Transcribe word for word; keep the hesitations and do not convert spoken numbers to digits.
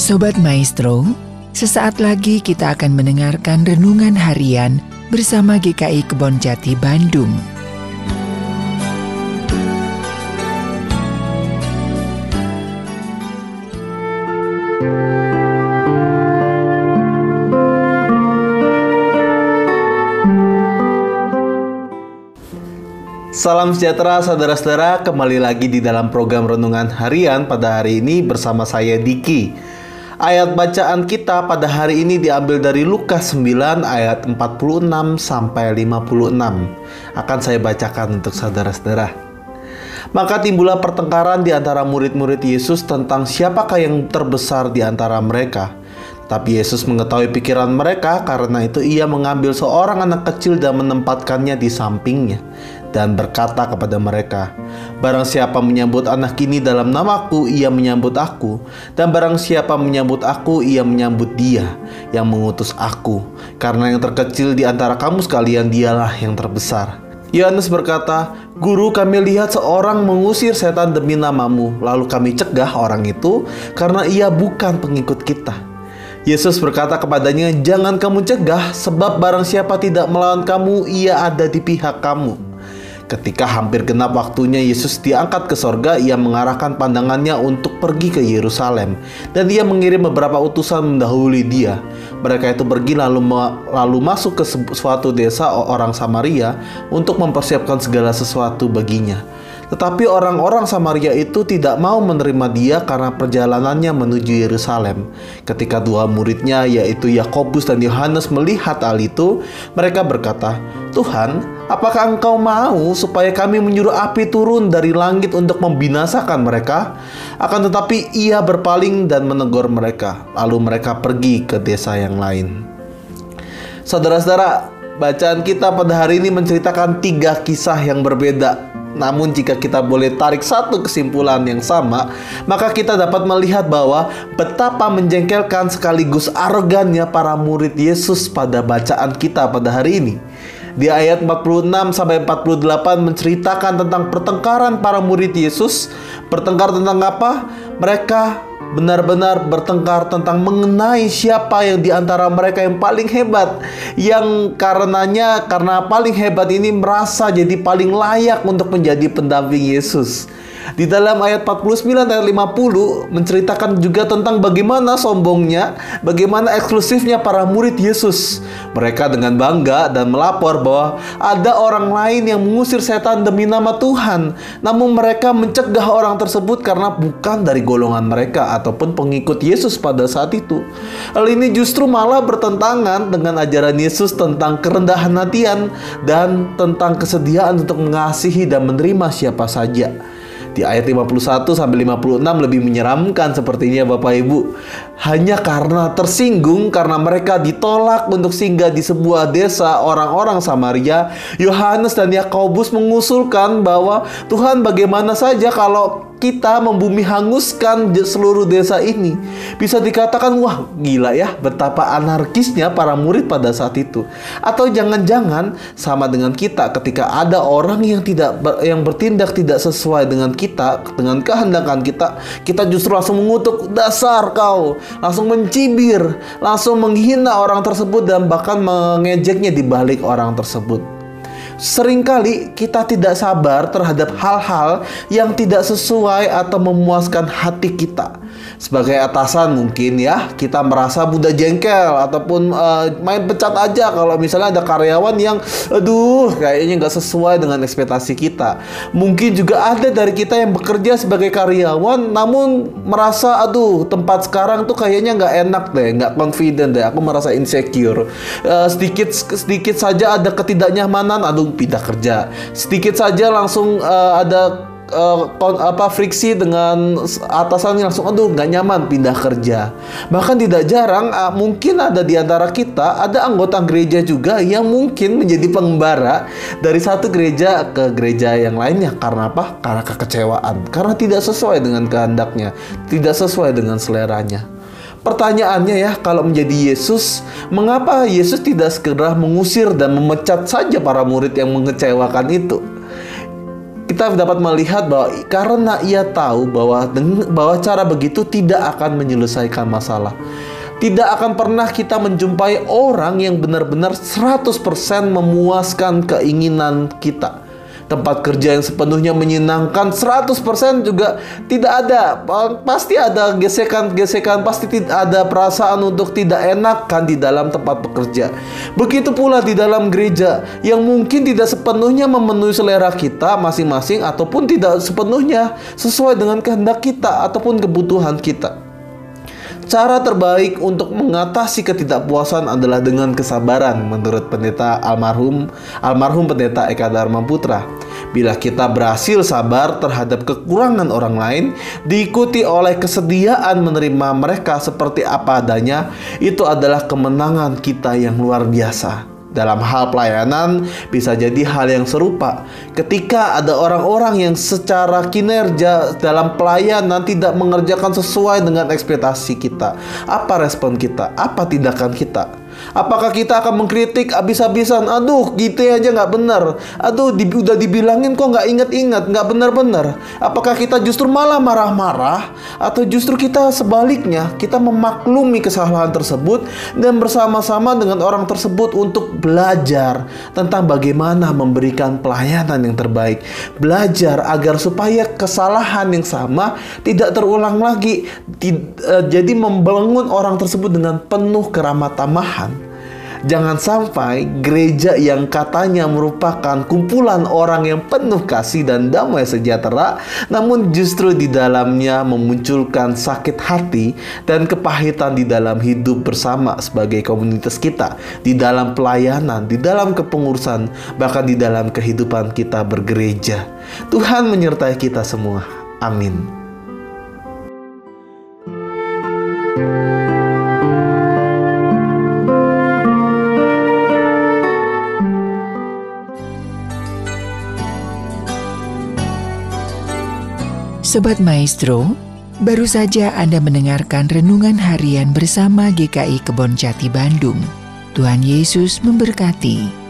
Sobat Maestro, sesaat lagi kita akan mendengarkan renungan harian bersama G K I Kebonjati Bandung. Salam sejahtera saudara-saudara, kembali lagi di dalam program Renungan Harian pada hari ini bersama saya Diki. Ayat bacaan kita pada hari ini diambil dari Lukas sembilan ayat empat puluh enam sampai lima puluh enam. Akan saya bacakan untuk saudara-saudara. Maka timbullah pertengkaran di antara murid-murid Yesus tentang siapakah yang terbesar di antara mereka. Tapi Yesus mengetahui pikiran mereka, karena itu ia mengambil seorang anak kecil dan menempatkannya di sampingnya, dan berkata kepada mereka, "Barang siapa menyambut anak ini dalam namaku, ia menyambut aku. Dan barang siapa menyambut aku, ia menyambut dia yang mengutus aku. Karena yang terkecil di antara kamu sekalian, dialah yang terbesar." Yohanes berkata, "Guru, kami lihat seorang mengusir setan demi namamu, lalu kami cegah orang itu, karena ia bukan pengikut kita." Yesus berkata kepadanya, "Jangan kamu cegah, sebab barang siapa tidak melawan kamu, ia ada di pihak kamu." Ketika hampir genap waktunya Yesus diangkat ke sorga, ia mengarahkan pandangannya untuk pergi ke Yerusalem, dan ia mengirim beberapa utusan mendahului dia. Mereka itu pergi lalu lalu masuk ke suatu desa orang Samaria untuk mempersiapkan segala sesuatu baginya. Tetapi orang-orang Samaria itu tidak mau menerima dia karena perjalanannya menuju Yerusalem. Ketika dua muridnya, yaitu Yakobus dan Yohanes, melihat hal itu, mereka berkata, "Tuhan, apakah engkau mau supaya kami menyuruh api turun dari langit untuk membinasakan mereka?" Akan tetapi ia berpaling dan menegur mereka. Lalu mereka pergi ke desa yang lain. Saudara-saudara, bacaan kita pada hari ini menceritakan tiga kisah yang berbeda. Namun jika kita boleh tarik satu kesimpulan yang sama, maka kita dapat melihat bahwa betapa menjengkelkan sekaligus arogannya para murid Yesus pada bacaan kita pada hari ini. Di ayat empat puluh enam sampai empat puluh delapan menceritakan tentang pertengkaran para murid Yesus. Bertengkar tentang apa? Mereka benar-benar bertengkar tentang mengenai siapa yang di antara mereka yang paling hebat, yang karenanya karena paling hebat ini merasa jadi paling layak untuk menjadi pendamping Yesus. Di dalam ayat empat puluh sembilan ayat lima puluh menceritakan juga tentang bagaimana sombongnya, bagaimana eksklusifnya para murid Yesus. Mereka dengan bangga dan melapor bahwa ada orang lain yang mengusir setan demi nama Tuhan. Namun mereka mencegah orang tersebut karena bukan dari golongan mereka ataupun pengikut Yesus pada saat itu. Hal ini justru malah bertentangan dengan ajaran Yesus tentang kerendahan hatian dan tentang kesediaan untuk mengasihi dan menerima siapa saja. Di ayat lima puluh satu sampai lima puluh enam lebih menyeramkan sepertinya Bapak Ibu. Hanya karena tersinggung karena mereka ditolak untuk singgah di sebuah desa orang-orang Samaria, Yohanes dan Yakobus mengusulkan bahwa, "Tuhan, bagaimana saja kalau kita membumi hanguskan seluruh desa ini?" Bisa dikatakan, wah gila ya, betapa anarkisnya para murid pada saat itu. Atau jangan-jangan sama dengan kita ketika ada orang yang tidak yang bertindak tidak sesuai dengan kita, dengan kehendakan kita, kita justru langsung mengutuk, "Dasar kau!" Langsung mencibir, langsung menghina orang tersebut dan bahkan mengejeknya di balik orang tersebut. Seringkali kita tidak sabar terhadap hal-hal yang tidak sesuai atau memuaskan hati kita. Sebagai atasan mungkin ya, kita merasa mudah jengkel ataupun uh, main pecat aja kalau misalnya ada karyawan yang aduh kayaknya nggak sesuai dengan ekspektasi kita. Mungkin juga ada dari kita yang bekerja sebagai karyawan namun merasa aduh tempat sekarang tuh kayaknya nggak enak deh, nggak confident deh, aku merasa insecure. Uh, sedikit sedikit saja ada ketidaknyamanan, aduh pindah kerja. Sedikit saja langsung uh, ada Uh, apa friksi dengan atasan langsung aduh nggak nyaman pindah kerja. Bahkan tidak jarang uh, mungkin ada di antara kita ada anggota gereja juga yang mungkin menjadi pengembara dari satu gereja ke gereja yang lainnya. Karena apa? Karena kekecewaan, karena tidak sesuai dengan kehendaknya, tidak sesuai dengan seleranya. Pertanyaannya ya, kalau menjadi Yesus, mengapa Yesus tidak segera mengusir dan memecat saja para murid yang mengecewakan itu? Kita kita dapat melihat bahwa karena ia tahu bahwa bahwa cara begitu tidak akan menyelesaikan masalah. Tidak akan pernah kita menjumpai orang yang benar-benar seratus persen memuaskan keinginan kita. Tempat kerja yang sepenuhnya menyenangkan seratus persen juga tidak ada. Pasti ada gesekan-gesekan, pasti tidak ada perasaan untuk tidak enakan di dalam tempat bekerja. Begitu pula di dalam gereja yang mungkin tidak sepenuhnya memenuhi selera kita masing-masing ataupun tidak sepenuhnya sesuai dengan kehendak kita ataupun kebutuhan kita. Cara terbaik untuk mengatasi ketidakpuasan adalah dengan kesabaran menurut pendeta almarhum almarhum pendeta Eka Dharma Putra. Bila kita berhasil sabar terhadap kekurangan orang lain, diikuti oleh kesediaan menerima mereka seperti apa adanya, itu adalah kemenangan kita yang luar biasa. Dalam hal pelayanan bisa jadi hal yang serupa. Ketika ada orang-orang yang secara kinerja dalam pelayanan tidak mengerjakan sesuai dengan ekspektasi kita, apa respon kita? Apa tindakan kita? Apakah kita akan mengkritik habis-habisan? Aduh, gitu aja nggak benar. Aduh, di, udah dibilangin kok nggak inget-inget, nggak benar-benar. Apakah kita justru malah marah-marah? Atau justru kita sebaliknya, kita memaklumi kesalahan tersebut dan bersama-sama dengan orang tersebut untuk belajar tentang bagaimana memberikan pelayanan yang terbaik. Belajar agar supaya kesalahan yang sama tidak terulang lagi. Jadi membangun orang tersebut dengan penuh keramah tamahan. Jangan sampai gereja yang katanya merupakan kumpulan orang yang penuh kasih dan damai sejahtera, namun justru di dalamnya memunculkan sakit hati dan kepahitan di dalam hidup bersama sebagai komunitas kita, di dalam pelayanan, di dalam kepengurusan, bahkan di dalam kehidupan kita bergereja. Tuhan menyertai kita semua. Amin. Sobat Maestro, baru saja Anda mendengarkan renungan harian bersama G K I Kebon Jati Bandung. Tuhan Yesus memberkati.